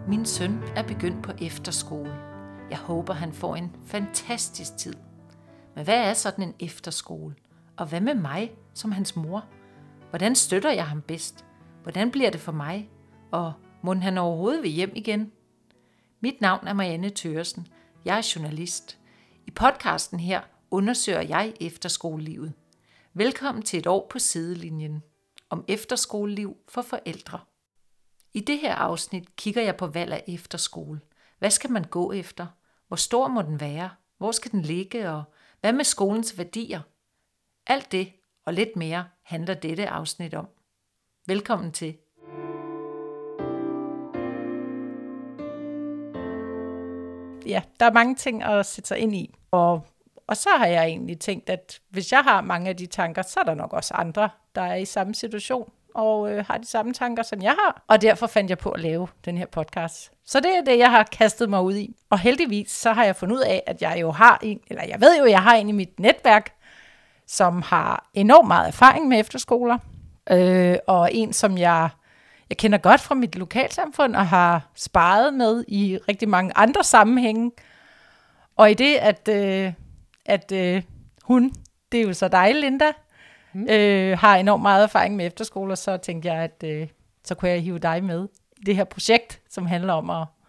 Min søn er begyndt på efterskole. Jeg håber, han får en fantastisk tid. Men hvad er sådan en efterskole? Og hvad med mig som hans mor? Hvordan støtter jeg ham bedst? Hvordan bliver det for mig? Og må han overhovedet vil hjem igen? Mit navn er Marianne Thøgersen. Jeg er journalist. I podcasten her undersøger jeg efterskolelivet. Velkommen til et år på sidelinjen. Om efterskoleliv for forældre. I det her afsnit kigger jeg på valg af efterskole. Hvad skal man gå efter? Hvor stor må den være? Hvor skal den ligge? Og hvad med skolens værdier? Alt det og lidt mere handler dette afsnit om. Velkommen til. Ja, der er mange ting at sætte sig ind i. Og så har jeg egentlig tænkt, at hvis jeg har mange af de tanker, så er der nok også andre, der er i samme situation og har de samme tanker, som jeg har. Og derfor fandt jeg på at lave den her podcast. Så det er det, jeg har kastet mig ud i. Og heldigvis så har jeg fundet ud af, at jeg har en i mit netværk, som har enormt meget erfaring med efterskoler. Og en, som jeg kender godt fra mit lokalsamfund og har sparet med i rigtig mange andre sammenhænge. Og i det, at hun, det er jo så dig, Linda, har enormt meget erfaring med efterskoler, så tænkte jeg, at så kunne jeg hive dig med i det her projekt, som handler om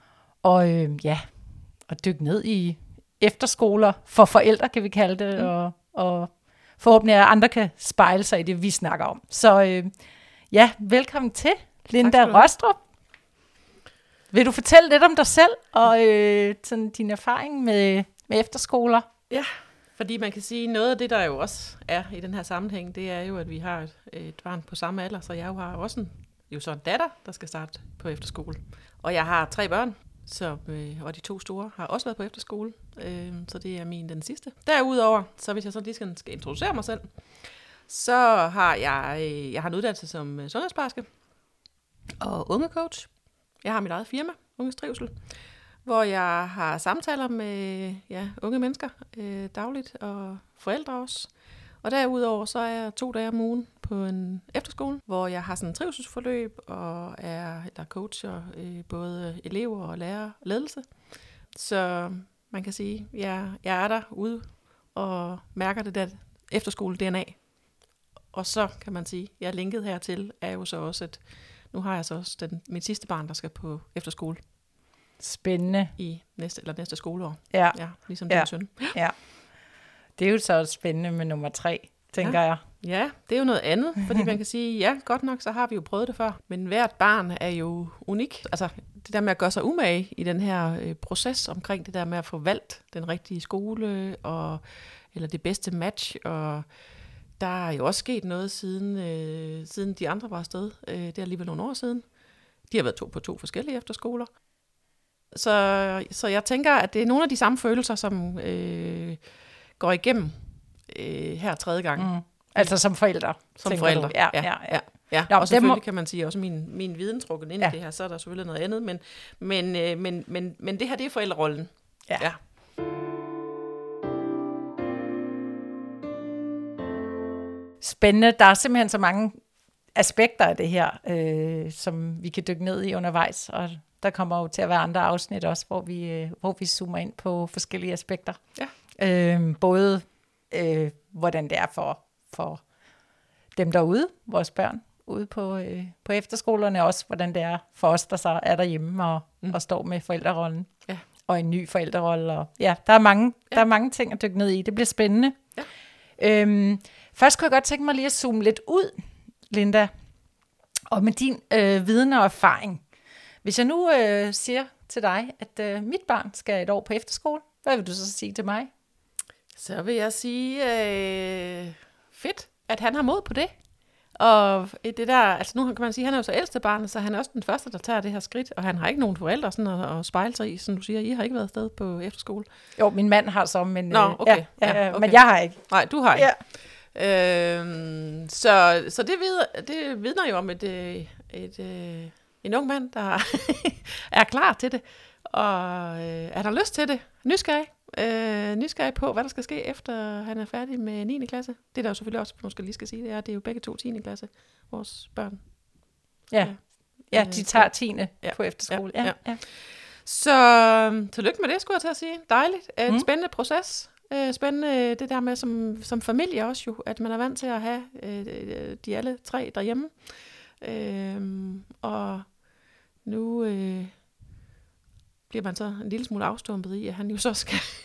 at dykke ned i efterskoler for forældre, kan vi kalde det, og forhåbentlig at andre kan spejle sig i det, vi snakker om. Så velkommen til, Linda Rostrup. Vil du fortælle lidt om dig selv og sådan din erfaring med efterskoler? Ja, fordi man kan sige, noget af det, der jo også er i den her sammenhæng, det er jo, at vi har et barn på samme alder, så jeg har også en datter, der skal starte på efterskole. Og jeg har 3 børn, og de 2 store har også været på efterskole, så det er den sidste. Derudover, så hvis jeg så lige skal introducere mig selv, så har jeg har en uddannelse som sundhedsplejerske og ungecoach. Jeg har mit eget firma, Unges Trivsel, hvor jeg har samtaler med unge mennesker dagligt, og forældre også. Og derudover så er jeg 2 dage om ugen på en efterskole, hvor jeg har sådan en trivselsforløb, og der coacher både elever og lærere og ledelse. Så man kan sige, jeg er derude og mærker det der efterskole-DNA. Og så kan man sige, jeg er linket hertil, er jo så også, at nu har jeg så også mit sidste barn, der skal på efterskole. Spændende. I næste skoleår. Ja. Ligesom din søn. Ja. Det er jo så spændende med nummer 3, tænker jeg. Ja, det er jo noget andet, fordi man kan sige, godt nok, så har vi jo prøvet det før. Men hvert barn er jo unik. Altså, det der med at gøre sig umage i den her proces omkring det der med at få valgt den rigtige skole, eller det bedste match, og der er jo også sket noget siden de andre var afsted. Det er alligevel nogle år siden. De har været på 2 forskellige efterskoler. Så jeg tænker, at det er nogle af de samme følelser, som går igennem her 3. gang. Altså som forældre. Som forældre, ja. Nå, og selvfølgelig kan man sige, også min viden trukket ind i det her, så er der selvfølgelig noget andet. Men det her, det er forældrerollen. Ja. Spændende. Der er simpelthen så mange aspekter af det her, som vi kan dykke ned i undervejs, og der kommer jo til at være andre afsnit også, hvor vi zoomer ind på forskellige aspekter. Ja. Både hvordan det er for dem derude, vores børn, ude på efterskolerne, også hvordan det er for os, der så er derhjemme og står med forældrerollen. Ja. Og en ny forældrerolle. Og, der er mange ting at dykke ned i. Det bliver spændende. Ja. Først kunne jeg godt tænke mig lige at zoome lidt ud, Linda, og med din viden og erfaring. Hvis jeg nu siger til dig, at mit barn skal et år på efterskole, hvad vil du så sige til mig? Så vil jeg sige, fedt, at han har mod på det. Og det der, altså nu kan man sige, at han er jo så ældste barn, så han er også den første, der tager det her skridt, og han har ikke nogen forældre sådan at spejle sig i, som du siger, I har ikke været afsted på efterskole. Jo, min mand har så, men, okay. Okay. Men jeg har ikke. Nej, du har ikke. Ja. Så det vidner jo om en ung mand, der er klar til det, og han har lyst til det, nysgerrig på, hvad der skal ske, efter han er færdig med 9. klasse. Det der jo selvfølgelig også, måske lige skal sige, det er jo begge 2 10. klasse, vores børn. Ja. Ja, de tager 10. på efterskole. Ja. Så tillykke med det, skulle jeg til at sige. Dejligt. En spændende proces. Spændende det der med som familie også jo, at man er vant til at have de alle 3 derhjemme. Og nu bliver man så en lille smule afstumpet i, at han jo så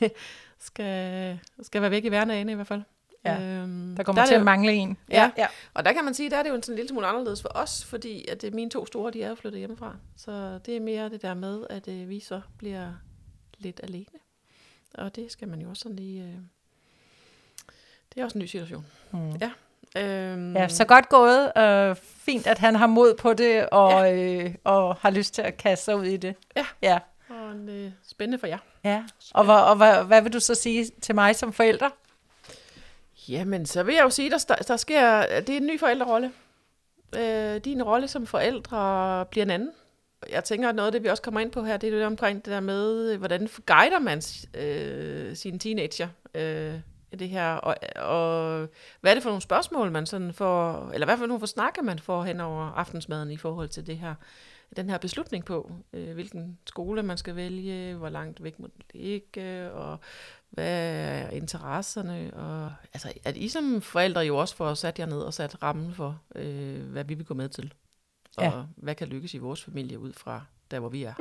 skal være væk i hverdagen i hvert fald. Ja, der kommer til at mangle en. Ja. Og der kan man sige, der er det jo en lille smule anderledes for os, fordi at mine 2 store, de er jo flyttet hjemmefra. Så det er mere det der med, at vi så bliver lidt alene. Og det skal man jo også sådan lige... det er også en ny situation. Ja. Ja, så godt gået. Fint, at han har mod på det, og har lyst til at kaste sig ud i det. Ja. Og spændende for jer. Ja. Og hvad vil du så sige til mig som forælder? Jamen, så vil jeg jo sige, der sker... Det er en ny forældrerolle. Din rolle som forældre bliver en anden. Jeg tænker, at noget af det, vi også kommer ind på her, det er det omkring det der med, hvordan guider man sine teenager i det her, og hvad er det for nogle spørgsmål, man sådan får, eller hvad for nogle snakker man får hen over aftensmaden i forhold til det her, den her beslutning på, hvilken skole man skal vælge, hvor langt væk må det ligge, og hvad er interesserne, og altså, at I som forældre jo også får sat jer ned og sat rammen for, hvad vi vil gå med til. Og hvad kan lykkes i vores familie ud fra der, hvor vi er.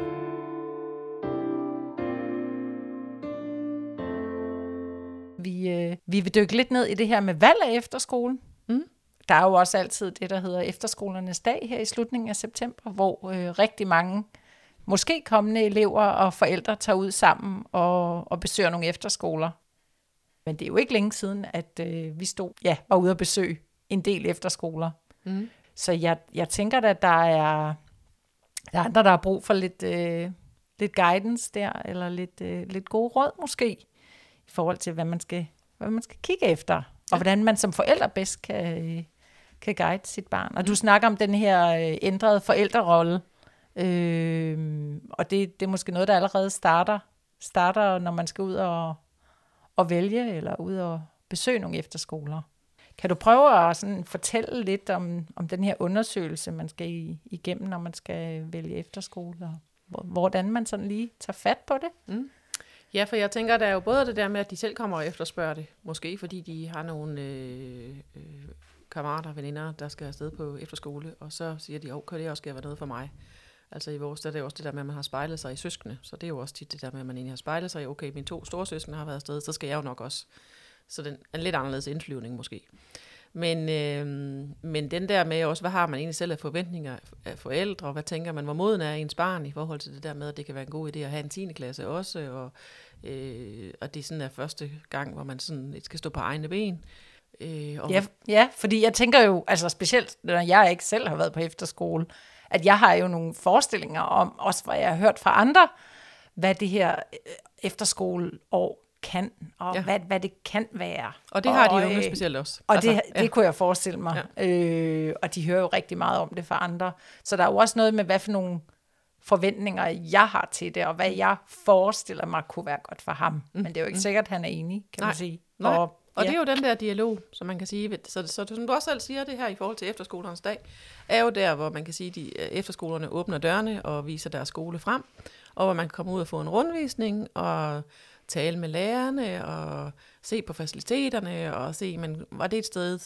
Vi vil dykke lidt ned i det her med valg af efterskolen. Der er jo også altid det, der hedder efterskolernes dag her i slutningen af september, hvor rigtig mange, måske kommende elever og forældre tager ud sammen og besøger nogle efterskoler. Men det er jo ikke længe siden, at vi var ude at besøge en del efterskoler. Så jeg tænker, at der er andre, der har brug for lidt guidance der, eller lidt gode råd måske, i forhold til, hvad man skal kigge efter, og hvordan man som forældre bedst kan guide sit barn. Og du snakker om den her ændrede forældrerolle, og det er måske noget, der allerede starter, når man skal ud og vælge, eller ud og besøge nogle efterskoler. Kan du prøve at sådan fortælle lidt om den her undersøgelse, man skal igennem, når man skal vælge efterskole, og hvordan man sådan lige tager fat på det? Ja, for jeg tænker, der er jo både det der med, at de selv kommer og efterspørger det, måske fordi de har nogle kammerater, veninder, der skal afsted på efterskole, og så siger de, kan det også skal være noget for mig. Altså i vores, der er det også det der med, at man har spejlet sig i søskende, så det er jo også tit det der med, at man egentlig har spejlet sig i, okay, mine 2 store søskende har været afsted, så skal jeg jo nok også. Så den er en lidt anderledes indflyvning måske. Men den der med også, hvad har man egentlig selv af forventninger af forældre, hvad tænker man, hvor moden er ens barn i forhold til det der med, at det kan være en god idé at have en 10. klasse også, og det sådan er første gang, hvor man sådan skal stå på egne ben. Ja, fordi jeg tænker jo, altså specielt når jeg ikke selv har været på efterskole, at jeg har jo nogle forestillinger om, også hvad jeg har hørt fra andre, hvad det her efterskoleår kan, og hvad det kan være. Og det har de unge specielt også. Og altså, det kunne jeg forestille mig. Ja. Og de hører jo rigtig meget om det fra andre. Så der er jo også noget med, hvad for nogle forventninger jeg har til det, og hvad jeg forestiller mig kunne være godt for ham. Men det er jo ikke sikkert, at han er enig, kan man sige. Nej. Og det er jo den der dialog, som man kan sige, så som du også selv siger det her i forhold til efterskolernes dag, er jo der, hvor man kan sige, at efterskolerne åbner dørene og viser deres skole frem, og hvor man kan komme ud og få en rundvisning, og tale med lærerne, og se på faciliteterne, og se, men var det et sted,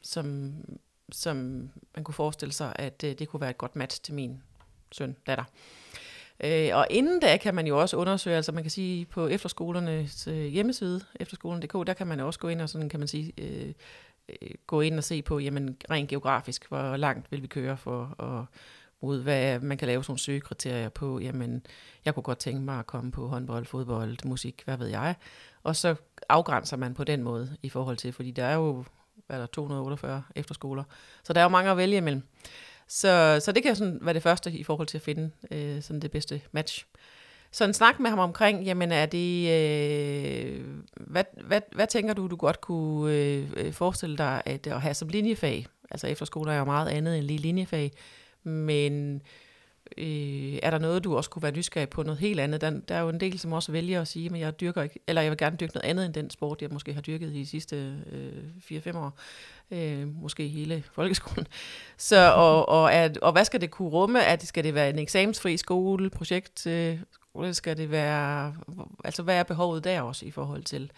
som man kunne forestille sig, at det kunne være et godt match til min søn, datter. Og inden da kan man jo også undersøge, altså man kan sige på efterskolernes hjemmeside, efterskolen.dk, der kan man også gå ind og sådan, kan man sige, gå ind og se på, jamen rent geografisk, hvor langt vil vi køre for at mod, hvad man kan lave sådan nogle søgekriterier på, jamen jeg kunne godt tænke mig at komme på håndbold, fodbold, musik, hvad ved jeg, og så afgrænser man på den måde i forhold til, fordi der er jo, 248 efterskoler, så der er jo mange at vælge imellem. Så det kan sådan være det første i forhold til at finde sådan det bedste match. Så en snak med ham omkring, jamen er det, hvad tænker du godt kunne forestille dig at have som linjefag? Altså efterskoler er jo meget andet end lige linjefag, men er der noget, du også kunne være nysgerrig på, noget helt andet? Der er jo en del, som også vælger at sige, men jeg dyrker ikke, eller jeg vil gerne dyrke noget andet end den sport, jeg måske har dyrket i de sidste 4-5 år. Måske hele folkeskolen. Så, og hvad skal det kunne rumme? Skal det være en eksamensfri skole, projekt? Skal det være, altså hvad er behovet der også i forhold til,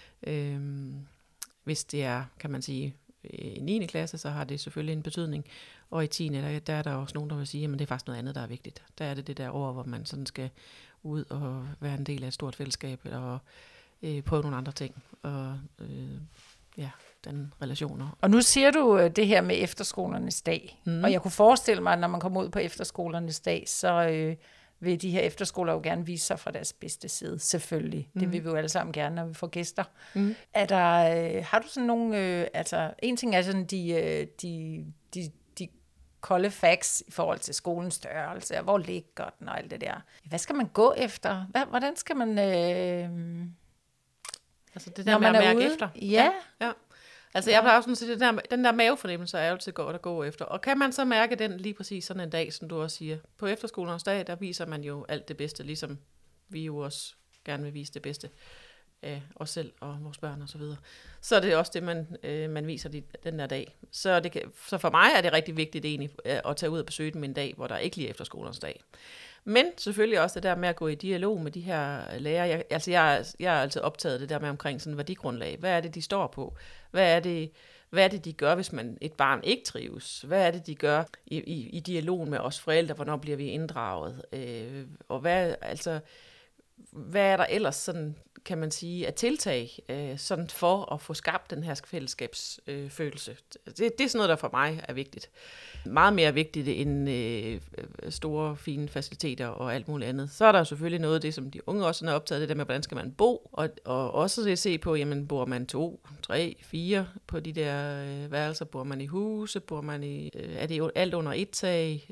hvis det er, kan man sige, i 9. klasse, så har det selvfølgelig en betydning. Og i 10. der er der også nogen, der vil sige, at det er faktisk noget andet, der er vigtigt. Der er det der år, hvor man sådan skal ud og være en del af et stort fællesskab, og prøve nogle andre ting. Og den relationer. Og nu siger du det her med efterskolernes dag. Og jeg kunne forestille mig, at når man kommer ud på efterskolernes dag, så vil de her efterskoler jo gerne vise sig fra deres bedste side, selvfølgelig. Det vil vi jo alle sammen gerne, når vi får gæster. Er der, har du sådan nogle, en ting er sådan de kolde facts i forhold til skolens størrelse, og hvor ligger den og alt det der. Hvad skal man gå efter? Hvordan skal man... altså det der med at mærke ude? Efter? Ja. Altså jeg plejer også sådan at den der mavefornemmelse er jo altid godt at gå efter. Og kan man så mærke den lige præcis sådan en dag, som du også siger? På efterskolernes dag, der viser man jo alt det bedste, ligesom vi jo også gerne vil vise det bedste af os selv og vores børn og så videre. Så er det også det, man viser den der dag. Så for mig er det rigtig vigtigt egentlig at tage ud og besøge dem en dag, hvor der ikke lige er efterskolernes dag. Men selvfølgelig også det der med at gå i dialog med de her lærere. Jeg er altid optaget det der med omkring sådan værdigrundlag. Hvad er det, de står på? Hvad er det, de gør, hvis et barn ikke trives? Hvad er det, de gør i dialog med os forældre? Hvornår bliver vi inddraget? Og hvad er der ellers sådan, kan man sige, at tiltag sådan for at få skabt den her fællesskabsfølelse? Det er sådan noget, der for mig er vigtigt. Meget mere vigtigt end store, fine faciliteter og alt muligt andet. Så er der jo selvfølgelig noget af det, som de unge også er optaget, det der med, hvordan skal man bo, og også det at se på, jamen bor man 2, 3, 4 på de der værelser, bor man i huse, bor man i, er det alt under et tag,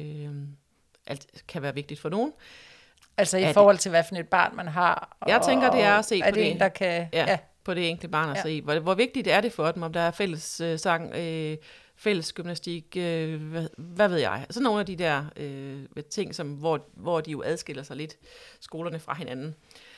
alt kan være vigtigt for nogen. Altså i forhold til, hvad for et barn man har. Jeg tænker, det er at se på det. En, der kan, på det enkelte barn at se. Hvor vigtigt er det for dem, om der er fælles sang, fælles gymnastik, hvad ved jeg. Så nogle af de der ting, hvor de jo adskiller sig lidt, skolerne fra hinanden.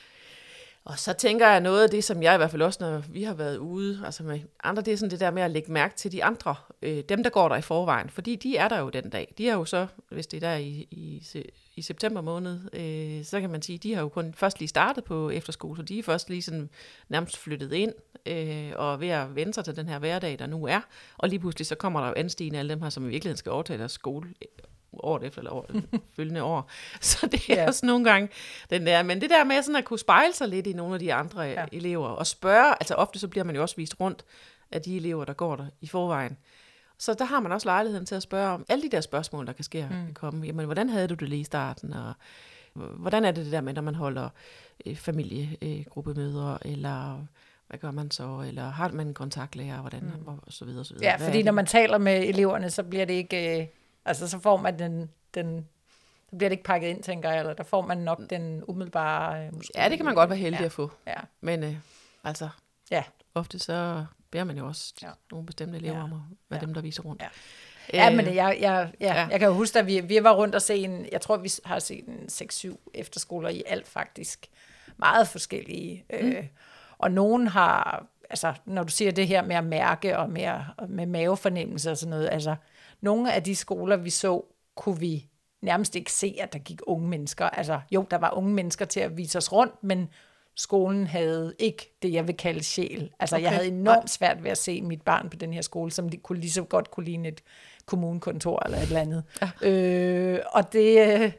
Og så tænker jeg noget af det, som jeg i hvert fald også, når vi har været ude, altså med andre, det er sådan det der med at lægge mærke til de andre, dem der går der i forvejen, fordi de er der jo den dag. De er jo så, hvis det er der i september måned, så kan man sige, de har jo kun først lige startet på efterskole, så de er først lige sådan nærmest flyttet ind, og ved at vende sig til den her hverdag, der nu er, og lige pludselig så kommer der jo anstigende alle dem her, som i virkeligheden skal overtage deres skole året efter, eller følgende år. Så det er også nogle gange den der, men det der med sådan at kunne spejle sig lidt i nogle af de andre elever, og spørge, altså ofte så bliver man jo også vist rundt af de elever, der går der i forvejen. Så der har man også lejligheden til at spørge om alle de der spørgsmål, der kan komme. Jamen, hvordan havde du det lige i starten, og hvordan er det der med, når man holder familiegruppemøder, eller hvad gør man så, eller har man en kontaktlærer, hvordan, og så videre, så videre. Ja, fordi når man taler med eleverne, så bliver det ikke... Altså, så får man så bliver det ikke pakket ind, tænker jeg, eller der får man nok den umiddelbare... det kan man godt være heldig at få. Ja. Men ofte så beder man jo også nogle bestemte elever om at være dem, der viser rundt. Ja, men jeg kan jo huske, at vi var rundt og se jeg tror, vi har set 6-7 efterskoler i alt faktisk. Meget forskellige. Og nogen har... Altså, når du siger det her med at mærke og med mavefornemmelse og sådan noget, altså... Nogle af de skoler, vi så, kunne vi nærmest ikke se, at der gik unge mennesker. Altså, jo, der var unge mennesker til at vise os rundt, men skolen havde ikke det, jeg vil kalde sjæl. Altså, jeg havde enormt svært ved at se mit barn på den her skole, som kunne lige så godt kunne ligne et kommunekontor eller et eller andet. Ja. Og det,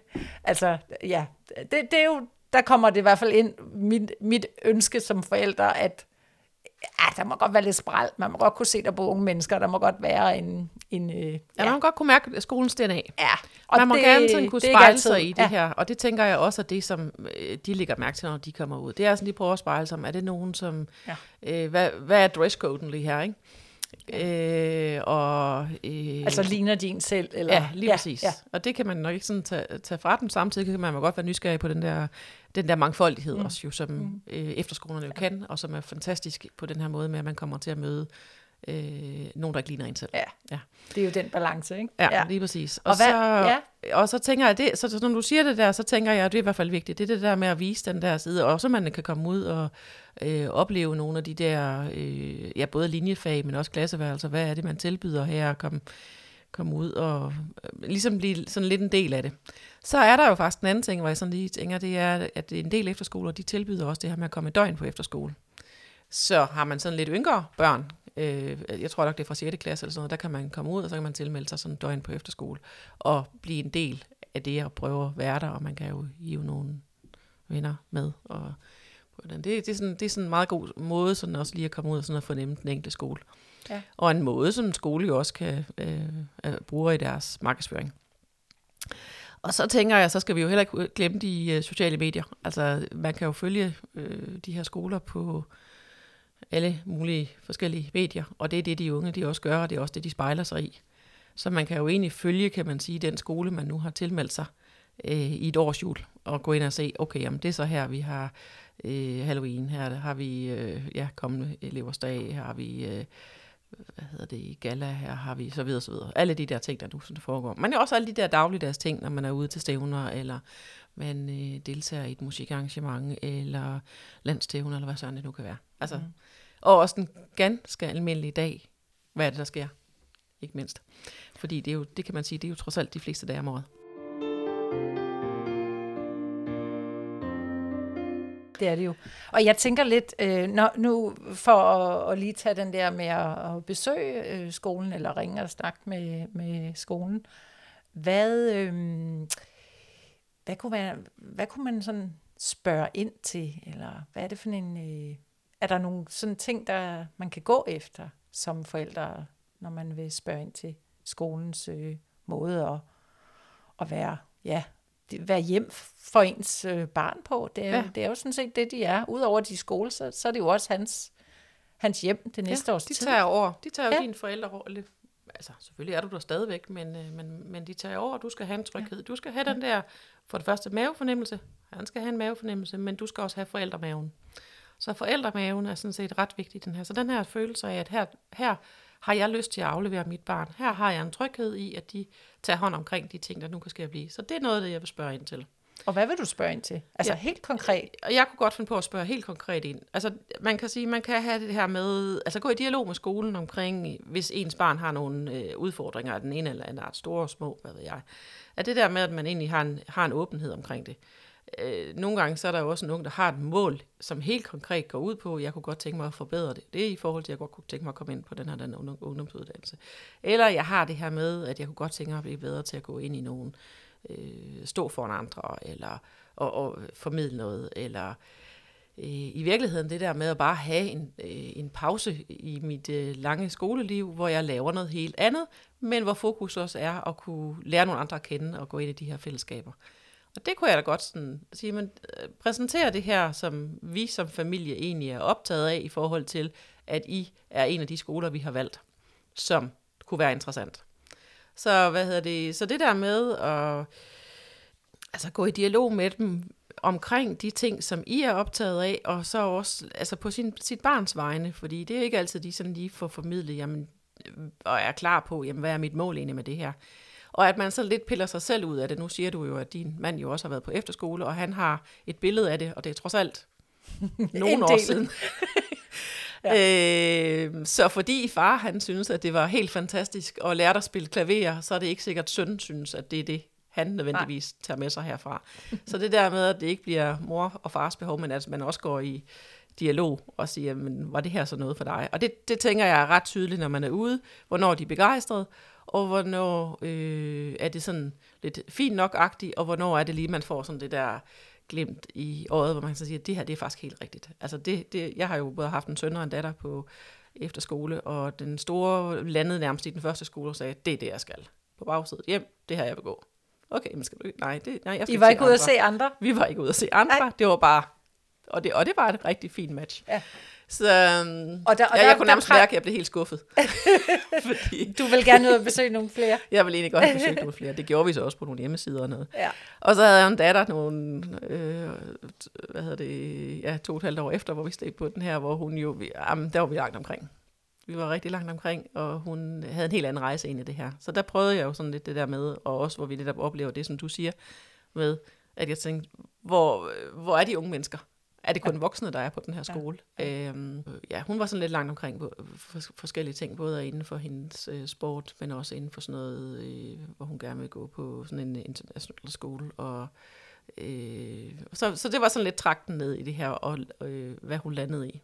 det er jo, der kommer det i hvert fald ind, mit ønske som forælder, at der må godt være lidt spræl. Man må godt kunne se der på unge mennesker. Der må godt være man må godt kunne mærke skolens DNA. Ja. Og man må gerne sådan kunne spejle sig i det her. Og det tænker jeg også, at det, som de lægger mærke til, når de kommer ud. Det er sådan, de prøver at spejle sig om. Er det nogen, som... hvad er dresscoden lige her, ikke? Altså ligner de en selv? Eller? Ja, lige præcis. Ja. Og det kan man nok ikke sådan tage fra dem. Samtidig kan man godt være nysgerrig på den der mangfoldighed også, jo, som efterskolerne jo kan, og som er fantastisk på den her måde med, at man kommer til at møde nogen, der ikke ligner en selv. Ja. Det er jo den balance, ikke? Ja, lige præcis. Og så tænker jeg, så når du siger det der, så tænker jeg, at det er i hvert fald vigtigt. Det er det der med at vise den der side, og så man kan komme ud og opleve nogle af de der, både linjefag, men også klasseværelser. Hvad er det, man tilbyder her? Komme ud og ligesom blive sådan lidt en del af det. Så er der jo faktisk en anden ting, hvor jeg sådan lige tænker, det er, at en del efterskoler, de tilbyder også det her med at komme et døgn på efterskole. Så har man sådan lidt yngre børn, jeg tror nok, det er fra 6. klasse eller sådan noget, der kan man komme ud, og så kan man tilmelde sig sådan en døgn på efterskole, og blive en del af det, og prøve at være der, og man kan jo hive nogle venner med. Og det er sådan en meget god måde, sådan også lige at komme ud og sådan at fornemme den enkelte skole. Ja. Og en måde, som en skole jo også kan bruge i deres markedsføring. Og så tænker jeg, så skal vi jo heller ikke glemme de sociale medier. Altså, man kan jo følge de her skoler på alle mulige forskellige medier, og det er det, de unge de også gør, og det er også det, de spejler sig i. Så man kan jo egentlig følge, kan man sige, den skole, man nu har tilmeldt sig i et årsjul, og gå ind og se, okay, jamen det er så her, vi har Halloween, her har vi kommende elevers-dag, her har vi gala, her har vi så videre, så videre. Alle de der ting, der nu sådan foregår. Men også alle de der dagligdags ting, når man er ude til stævner, eller man deltager i et musikarrangement, eller landstævner, eller hvad sådan det nu kan være. Altså, og også en ganske almindelig dag, hvad er det, der sker? Ikke mindst. Fordi det er jo, det kan man sige, det er jo trods alt de fleste dage om året. Det er det jo. Og jeg tænker lidt, nu for at lige tage den der med at besøge skolen, eller ringe og snakke med skolen, hvad kunne man sådan spørge ind til, eller hvad er det for en, er der nogle sådan ting, der man kan gå efter som forældre, når man vil spørge ind til skolens måde at være hjem for ens barn på. Det er jo sådan set det, de er. Udover de skole, så er det jo også hans hjem det næste års tid. De tager jo dine forældre over. Altså, selvfølgelig er du der stadigvæk, men de tager over, og du skal have en tryghed. Ja. Du skal have den der, for det første, mavefornemmelse. Han skal have en mavefornemmelse, men du skal også have forældremaven. Så forældremaven er sådan set ret vigtig, den her. Så den her følelse af, at her har jeg lyst til at aflevere mit barn. Her har jeg en tryghed i, at de tager hånd omkring de ting, der nu kan ske at blive. Så det er noget af det, jeg vil spørge ind til. Og hvad vil du spørge ind til? Altså helt konkret? Jeg kunne godt finde på at spørge helt konkret ind. Altså man kan sige, man kan have det her med, altså gå i dialog med skolen omkring, hvis ens barn har nogle udfordringer af den ene eller anden art, store og små, hvad ved jeg. At det der med, at man egentlig har en åbenhed omkring det. Nogle gange så er der jo også en ung, der har et mål, som helt konkret går ud på, jeg kunne godt tænke mig at forbedre det. Det er i forhold til, at jeg godt kunne tænke mig at komme ind på den ungdomsuddannelse. Eller jeg har det her med, at jeg kunne godt tænke mig at blive bedre til at gå ind i nogen, stå foran andre, eller og formidle noget, eller i virkeligheden det der med at bare have en pause i mit lange skoleliv, hvor jeg laver noget helt andet, men hvor fokus også er at kunne lære nogle andre at kende og gå ind i de her fællesskaber. Og det kunne jeg da godt sådan sige, men præsentere det her, som vi som familie egentlig er optaget af, i forhold til, at I er en af de skoler, vi har valgt, som kunne være interessant. Så så det der med at gå i dialog med dem omkring de ting, som I er optaget af, og så også altså på sit barns vegne, fordi det er ikke altid de sådan lige får formidlet, jamen, og er klar på, jamen, hvad er mit mål egentlig med det her. Og at man så lidt piller sig selv ud af det. Nu siger du jo, at din mand jo også har været på efterskole, og han har et billede af det, og det er trods alt nogle år siden. Så fordi far, han synes, at det var helt fantastisk at lære at spille klaver, så er det ikke sikkert, at sønnen synes, at det er det, han nødvendigvis tager med sig herfra. Så det der med, at det ikke bliver mor og fars behov, men at man også går i dialog og siger, men var det her så noget for dig? Og det tænker jeg er ret tydeligt, når man er ude, hvornår de er begejstrede, og hvornår er det sådan lidt fint nok-agtigt, og hvornår er det lige, man får sådan det der glimt i øjet, hvor man kan sige, at det her, det er faktisk helt rigtigt. Altså jeg har jo både haft en søn og en datter på efterskole, og den store landede nærmest i den første skole og sagde, det er det, jeg skal. På bagsædet hjem, det her, jeg vil gå. Okay, men skal du ikke? Nej, jeg skal I var ikke ude at se andre? Vi var ikke ude at se andre. Nej. Det var bare, og det var et rigtig fint match. Ja. Så jeg kunne nærmest mærke, at jeg blev helt skuffet. Fordi du vil gerne ud og besøge nogle flere? Jeg vil egentlig godt have besøgt nogle flere. Det gjorde vi så også på nogle hjemmesider og noget. Ja. Og så havde jeg en datter nogle, 2,5 år efter, hvor vi steg på den her, hvor hun jo, der var vi langt omkring. Vi var rigtig langt omkring, og hun havde en helt anden rejse ind i det her. Så der prøvede jeg jo sådan lidt det der med, og også hvor vi netop oplever det, som du siger, med at jeg tænkte, hvor er de unge mennesker? Er det kun voksne, der er på den her skole? Hun var sådan lidt langt omkring på forskellige ting, både inden for hendes sport, men også inden for sådan noget, hvor hun gerne vil gå på sådan en international skole. Og, så det var sådan lidt trakten ned i det her, og hvad hun landede i.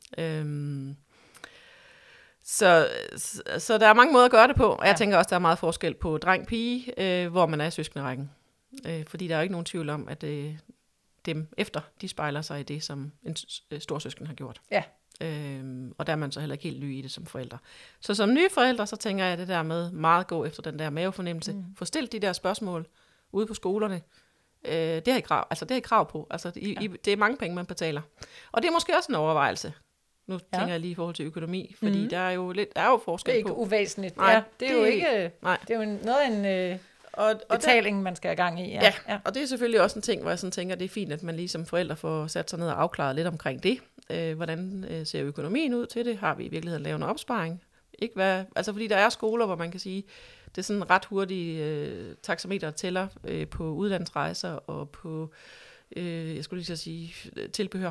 Så der er mange måder at gøre det på, og jeg tænker også, der er meget forskel på dreng-pige, hvor man er i søskenderækken. Fordi der er jo ikke nogen tvivl om, at dem efter, de spejler sig i det, som en storsøsken har gjort. Ja. Og der er man så heller ikke helt ny i det som forældre. Så som nye forældre, så tænker jeg det der med meget gå efter den der mavefornemmelse. Få stillet de der spørgsmål ude på skolerne. Det har I krav på. Altså, det er mange penge, man betaler. Og det er måske også en overvejelse. Nu tænker jeg lige i forhold til økonomi, fordi der er jo forskel på. Det er ikke uvæsentligt. Nej, ja, det er jo ikke. Nej. Det er jo noget af en betaling, man skal have gang i. Ja, og det er selvfølgelig også en ting, hvor jeg sådan tænker, det er fint, at man lige som forældre får sat sig ned og afklaret lidt omkring det. Hvordan ser økonomien ud til det? Har vi i virkeligheden lavet en opsparing? Fordi der er skoler, hvor man kan sige, det er sådan ret hurtige taxameter tæller på udlandsrejser og på, jeg skulle lige så sige, tilbehør.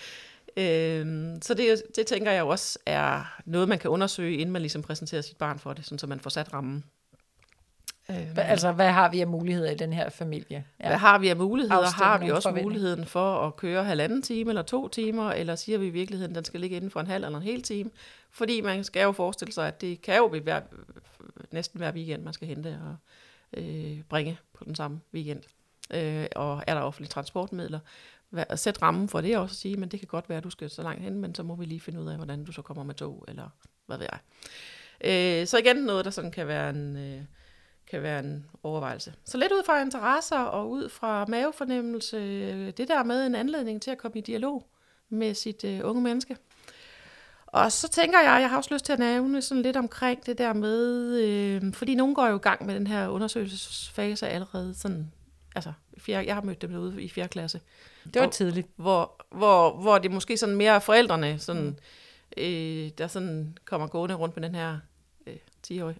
Så det tænker jeg også er noget, man kan undersøge, inden man ligesom præsenterer sit barn for det, sådan så man får sat rammen. Altså, hvad har vi af muligheder i den her familie? Ja. Hvad har vi af muligheder? Har vi også muligheden for at køre 1,5 time eller 2 timer, eller siger vi i virkeligheden, at den skal ligge inden for en halv eller en hel time? Fordi man skal jo forestille sig, at det kan jo være næsten hver weekend, man skal hente og bringe på den samme weekend. Og er der offentlige transportmidler? Sæt rammen for det også at sige, men det kan godt være, at du skal så langt hen, men så må vi lige finde ud af, hvordan du så kommer med tog, eller hvad ved jeg. Så igen noget, der sådan kan være en overvejelse. Så lidt ud fra interesser og ud fra mavefornemmelse, det der med en anledning til at komme i dialog med sit unge menneske. Og så tænker jeg har også lyst til at nævne sådan lidt omkring det der med, fordi nogen går jo i gang med den her undersøgelsesfase allerede sådan, altså jeg har mødt dem derude i 4. klasse. Det var tidligt. Hvor det måske sådan mere forældrene, sådan, der sådan kommer gående rundt med den her 10-årige,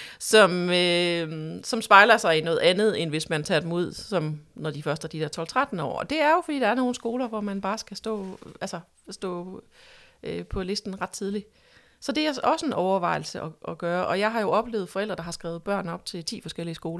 som spejler sig i noget andet, end hvis man tager dem ud, som når de først er de der 12-13 år. Og det er jo, fordi der er nogle skoler, hvor man bare skal stå på listen ret tidligt. Så det er også en overvejelse at gøre. Og jeg har jo oplevet forældre, der har skrevet børn op til 10 forskellige skoler.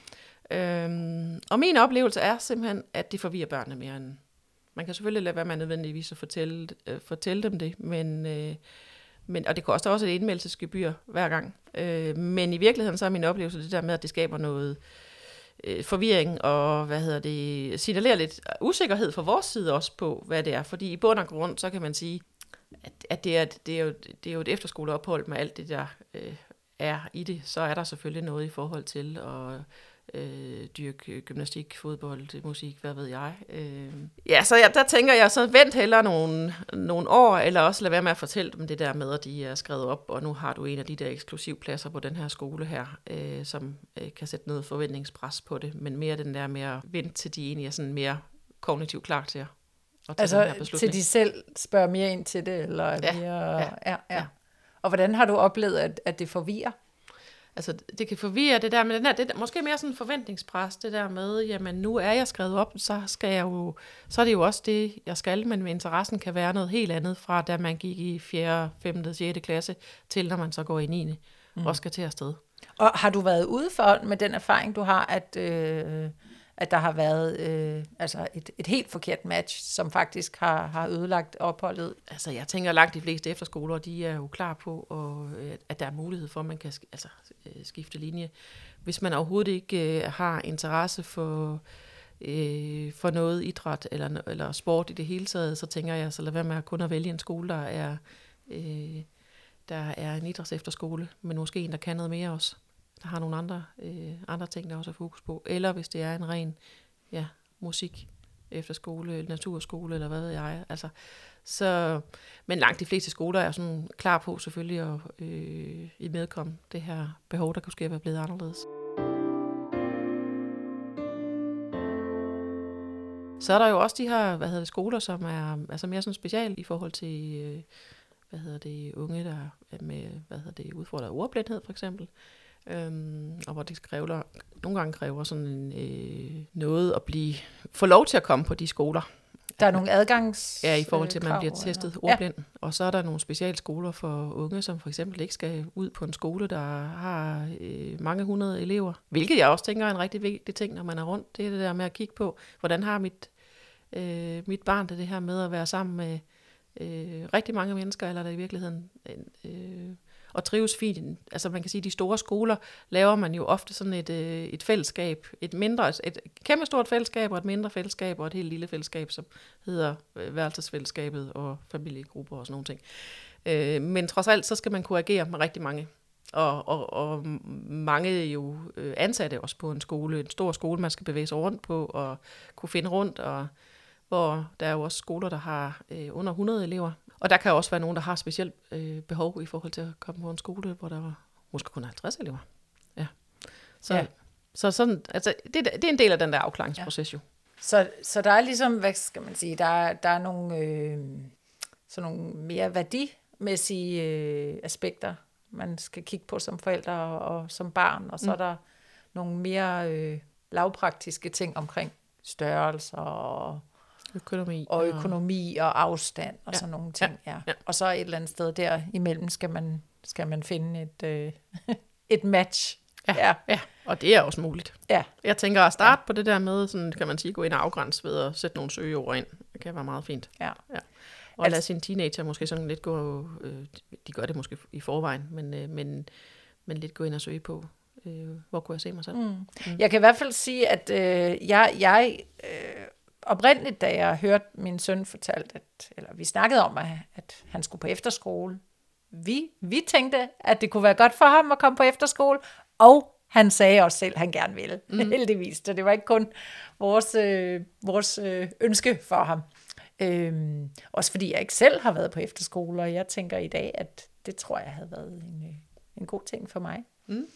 Og min oplevelse er simpelthen, at det forvirrer børnene mere end... Man kan selvfølgelig lade være med nødvendigvis at fortælle dem det, men, og det koster også et indmeldelsesgebyr hver gang. Men i virkeligheden så er min oplevelse det der med, at det skaber noget forvirring og signalerer lidt usikkerhed fra vores side også på, hvad det er. Fordi i bund og grund, så kan man sige, at det er jo et efterskoleophold med alt det, der er i det. Så er der selvfølgelig noget i forhold til at dyrke gymnastik, fodbold, musik, hvad ved jeg. Der tænker jeg, så vent hellere nogle år, eller også lad være med at fortælle dem det der med, at de er skrevet op, og nu har du en af de der eksklusivpladser på den her skole her, som kan sætte noget forventningspres på det, men mere den der med at vente til de egentlig er sådan mere kognitivt klar til at tage den her beslutning. Til de selv spørger mere ind til det, eller mere... Ja. Og hvordan har du oplevet, at det forvirrer? Altså, det kan forvirre det der med den her, det der, måske mere sådan en forventningspres, det der med, jamen nu er jeg skrevet op, så er det jo også det, jeg skal, men interessen kan være noget helt andet fra, da man gik i 4., 5., 6. klasse, til når man så går i 9. Og skal til afsted. Og har du været ude for med den erfaring, du har, at der har været et helt forkert match, som faktisk har ødelagt opholdet? Altså, jeg tænker langt de fleste efterskoler, de er jo klar på, at der er mulighed for, at man kan skifte linje. Hvis man overhovedet ikke har interesse for noget idræt eller sport i det hele taget, så tænker jeg, så lad være med kun at vælge en skole, der er en idrætsefterskole, men måske en, der kan noget mere også. Der har nogle andre ting, der også er fokus på. Eller hvis det er en ren musik efterskole, naturskole, eller hvad ved jeg. Altså, men langt de fleste skoler er sådan klar på selvfølgelig at imødekomme det her behov, der kunne ske være blevet anderledes. Så er der jo også de her skoler, som er mere sådan special i forhold til unge, der er med udfordret ordblindhed for eksempel. Og hvor det nogle gange kræver sådan noget at få lov til at komme på de skoler. Der er nogle adgangs... Ja, i forhold til, at man bliver testet ordblind. Ja. Og så er der nogle specialskoler for unge, som for eksempel ikke skal ud på en skole, der har mange hundrede elever. Hvilket jeg også tænker er en rigtig vigtig ting, når man er rundt. Det er det der med at kigge på, hvordan har mit barn det her med at være sammen med rigtig mange mennesker, eller er der i virkeligheden... og trives fint. Altså man kan sige, at de store skoler laver man jo ofte sådan et fællesskab, et kæmpe stort fællesskab, og et mindre fællesskab, og et helt lille fællesskab, som hedder værelsesfællesskabet og familiegrupper og sådan nogle ting. Men trods alt, så skal man kunne agere med rigtig mange. Og mange jo ansatte også på en skole, en stor skole, man skal bevæge sig rundt på, og kunne finde rundt, og hvor der er jo også skoler, der har under 100 elever. Og der kan også være nogen, der har specielt behov i forhold til at komme på en skole, hvor der måske kun er 50 elever. Ja. Så sådan, altså, det er en del af den der afklaringsproces jo. Så der er ligesom, hvad skal man sige, der er nogle, sådan nogle mere værdimæssige aspekter, man skal kigge på som forældre og som barn, og så er der nogle mere lavpraktiske ting omkring størrelser og økonomi og afstand og sådan nogle ting. Ja. Og så et eller andet sted der imellem skal man finde et match. Ja, og det er også muligt. Ja. Jeg tænker at starte på det der med, sådan kan man sige, gå ind og afgrænse ved at sætte nogle søgeord ind. Det kan være meget fint. Ja. Og lade sine teenager måske sådan lidt gå, de gør det måske i forvejen, men lidt gå ind og søge på, hvor kunne jeg se mig selv. Jeg kan i hvert fald sige, at jeg oprindeligt, da jeg hørte min søn fortalt, eller vi snakkede om, at han skulle på efterskole, vi tænkte, at det kunne være godt for ham at komme på efterskole, og han sagde også selv, at han gerne ville, heldigvis. Så det var ikke kun vores ønske for ham. Også fordi jeg ikke selv har været på efterskole, og jeg tænker i dag, at det tror jeg havde været en god ting for mig.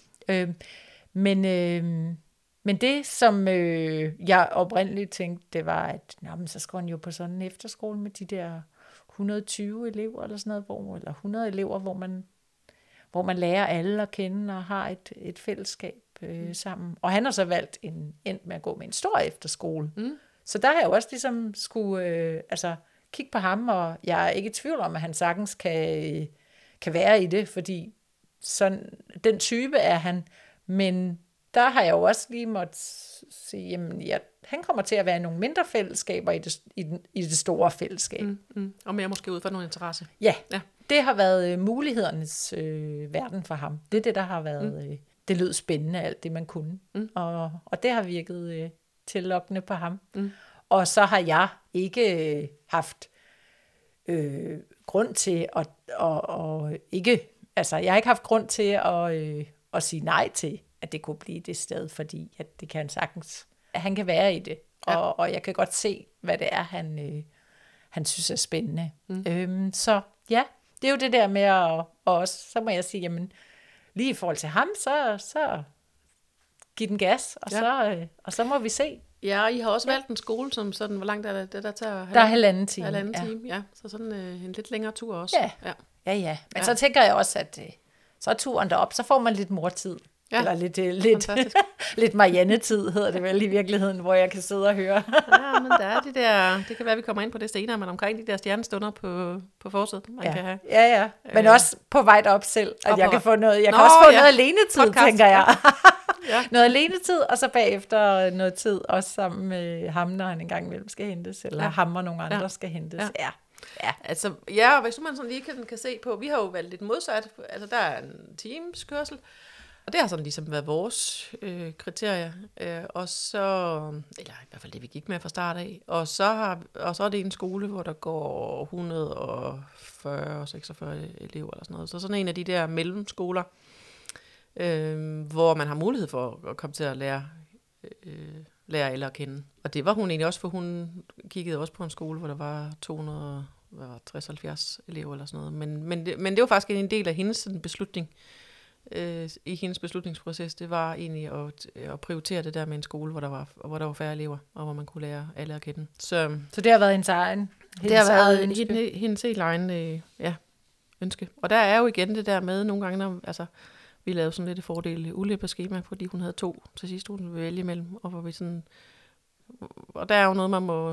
Men det, som jeg oprindeligt tænkte, det var, at så skulle han jo på sådan en efterskole med de der 120 elever eller sådan noget, eller 100 elever, hvor man lærer alle at kende og har et fællesskab sammen. Og han har så valgt endt med at gå med en stor efterskole. Så der har jeg jo også ligesom skulle kigge på ham, og jeg er ikke i tvivl om, at han sagtens kan være i det, fordi sådan, den type er han, men der har jeg jo også lige måttet sige, jamen han kommer til at være i nogle mindre fællesskaber i det store fællesskab. Og mere måske ud fra nogle interesse. Ja. Det har været mulighedernes verden for ham. Det er det, der har været, det lød spændende, alt det man kunne. Og det har virket tillokkende på ham. Og så har jeg ikke haft grund til at ikke, altså jeg har ikke haft grund til at sige nej til, at det kunne blive det sted, fordi at det kan sagtens, at han kan være i det. Og jeg kan godt se, hvad det er, han synes er spændende. Så ja, det er jo det der med at også, så må jeg sige, jamen lige i forhold til ham, så giv den gas, og så må vi se. Ja, og I har også valgt en skole, som sådan, hvor langt er det der tager? Der er halvanden time. Ja. Så sådan en lidt længere tur også. Ja. Men så tænker jeg også, at så er turen derop, så får man lidt mortid. Ja. Eller lidt Marianne-tid, hedder det vel i virkeligheden, hvor jeg kan sidde og høre. Ja, men der er det kan være, vi kommer ind på det senere, men omkring de der stjernestunder på forsiden, man kan have. Ja. Men også på vej derop selv, at jeg kan få noget, jeg kan også få noget alenetid, podcast, tænker jeg. Noget alenetid, og så bagefter noget tid, også sammen med ham, når han engang imellem skal hentes, eller ham og nogle andre skal hentes. Ja. Altså, hvis man sådan lige kan se på, vi har jo valgt lidt modsat, altså der er en times kørsel, og det har sådan ligesom været vores kriterier, og så, eller i hvert fald det vi gik med fra start af, og så er det en skole, hvor der går 140 og 46 elever eller sådan noget, så sådan en af de der mellemskoler, hvor man har mulighed for at komme til at lære alle at kende. Og det var hun egentlig også, for hun kiggede også på en skole, hvor der var 260-70 elever eller sådan noget. Men det var faktisk en del af hendes beslutning, i hendes beslutningsproces. Det var egentlig at prioritere det der med en skole, hvor der var færre elever, og hvor man kunne lære alle at kende. Så det har været hendes egen? Det har været hendes helt egen, ønske. Og der er jo igen det der med nogle gange, når, altså, vi lavede sådan lidt et fordel ulykkeskema, fordi hun havde 2 til sidst, hun ville vælge imellem, og hvor vi sådan, og der er jo noget, man må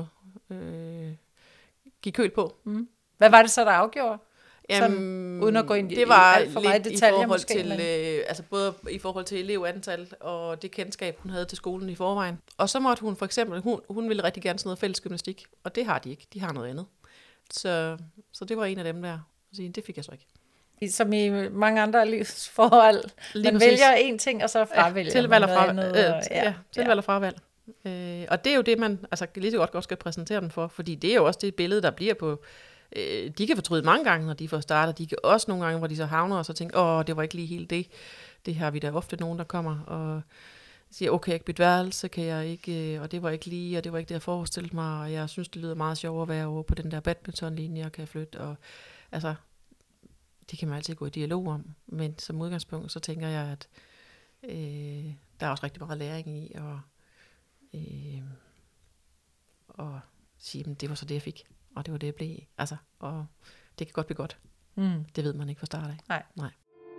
give køl på. Mm. Hvad var det så, der afgjorde? Jamen, uden at gå ind det var i alt for meget detaljer i forhold måske, til, altså både i forhold til elevantal og det kendskab, hun havde til skolen i forvejen. Og så måtte hun for eksempel, hun ville rigtig gerne sådan noget fælles gymnastik, og det har de ikke. De har noget andet. Så det var en af dem der. Det fik jeg så ikke. Som i mange andre livsforhold. Man vælger en ting, og så fravælger tilvalg og man noget andet. Tilvalg og fravalg. Og det er jo det, man altså, lige så godt skal præsentere den for, fordi det er jo også det billede, der bliver på. De kan fortryde mange gange, når de får startet. De kan også nogle gange, hvor de så havner og så tænker, det var ikke lige helt det. Det har vi da ofte nogen, der kommer og siger, okay, jeg kan ikke bytte værelse, kan jeg ikke, og det var ikke lige, og det var ikke det, jeg forestillede mig, og jeg synes, det lyder meget sjovt at være over på den der badmintonlinje, og kan jeg flytte, og altså, det kan man altid gå i dialog om, men som udgangspunkt, så tænker jeg, at der er også rigtig meget læring i, og sige, at det var så det, jeg fik, og det var det, jeg blev i. Altså, og det kan godt blive godt. Det ved man ikke fra start af. Nej.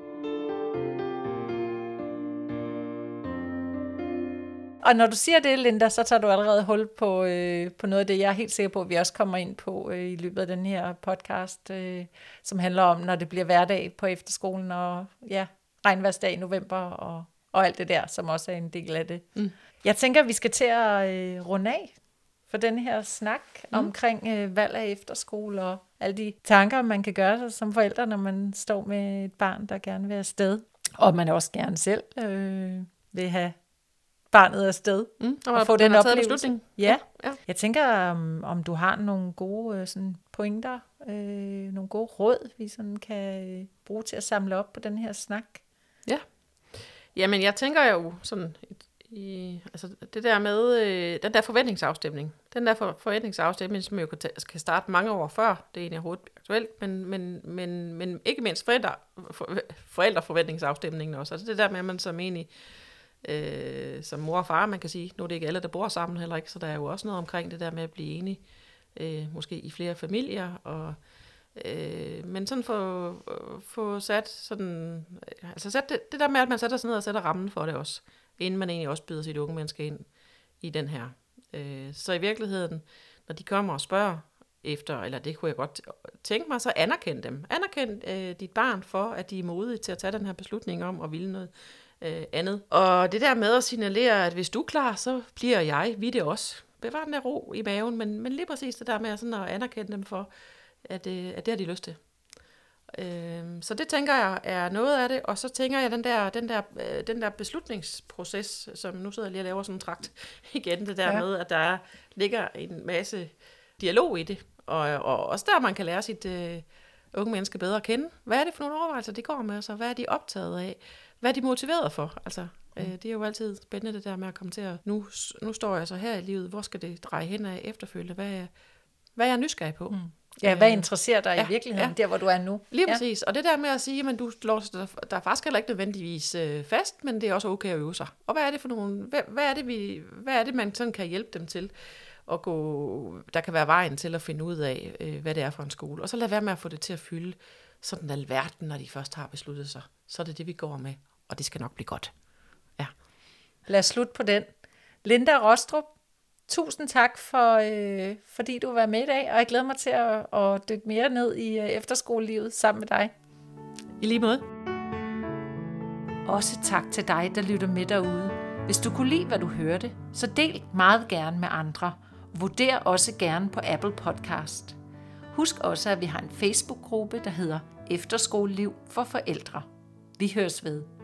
Og når du siger det, Linda, så tager du allerede hul på noget af det, jeg er helt sikker på, at vi også kommer ind på i løbet af den her podcast, som handler om, når det bliver hverdag på efterskolen, og regnværsdag i november, og alt det der, som også er en del af det. Jeg tænker, vi skal til at runde af for den her snak omkring valg af efterskole, og alle de tanker, man kan gøre sig som forældre, når man står med et barn, der gerne vil afsted. Og man også gerne selv vil have barnet afsted og få den oplevelse. Ja. Jeg tænker, om du har nogle gode sådan pointer, nogle gode råd, vi sådan kan bruge til at samle op på den her snak. Ja. Jamen, jeg tænker jo sådan, altså det der med den der forventningsafstemning. Den der forventningsafstemning, som jo kan starte mange år før, det er egentlig overhovedet aktuelt, men ikke mindst forældreforventningsafstemningen også. Altså det der med, at man som egentlig som mor og far, man kan sige, nu er det ikke alle, der bor sammen heller ikke, så der er jo også noget omkring det der med at blive enige, måske i flere familier, og men sådan få sat sådan, altså sat det der med, at man sætter sig ned og sætter rammen for det også, inden man egentlig også byder sit unge menneske ind i den her. Så i virkeligheden, når de kommer og spørger efter, eller det kunne jeg godt tænke mig, så anerkend dem. Anerkend dit barn for, at de er modige til at tage den her beslutning om at ville noget andet. Og det der med at signalere, at hvis du er klar, så bliver jeg, vi det også. Bevar den der ro i maven, men lige præcis det der med sådan at anerkende dem for, at det har de lyst til. Så det tænker jeg er noget af det, og så tænker jeg den der beslutningsproces, som nu sidder jeg lige og laver sådan en trakt igen, det der med, at der ligger en masse dialog i det, og også der man kan lære sit unge menneske bedre at kende. Hvad er det for nogle overvejelser, de går med, altså hvad er de optaget af, hvad er de motiveret for, altså det er jo altid spændende det der med at komme til at, nu står jeg så her i livet, hvor skal det dreje hen af efterfølgende, hvad er jeg nysgerrig på? Ja, hvad interesserer dig i virkeligheden, der hvor du er nu? Lige præcis, og det der med at sige, at der er faktisk heller ikke nødvendigvis fast, men det er også okay at øve sig. Og hvad er det for nogle, hvad er det man sådan kan hjælpe dem til at gå, der kan være vejen til at finde ud af, hvad det er for en skole. Og så lad være med at få det til at fylde sådan alverden, når de først har besluttet sig. Så er det det, vi går med, og det skal nok blive godt. Ja. Lad os slutte på den. Linda Rostrup, tusind tak, fordi du var med i dag, og jeg glæder mig til at dykke mere ned i efterskolelivet sammen med dig. I lige måde. Også tak til dig, der lytter med derude. Hvis du kunne lide, hvad du hørte, så del meget gerne med andre. Vurder også gerne på Apple Podcast. Husk også, at vi har en Facebook-gruppe, der hedder Efterskoleliv for forældre. Vi høres ved.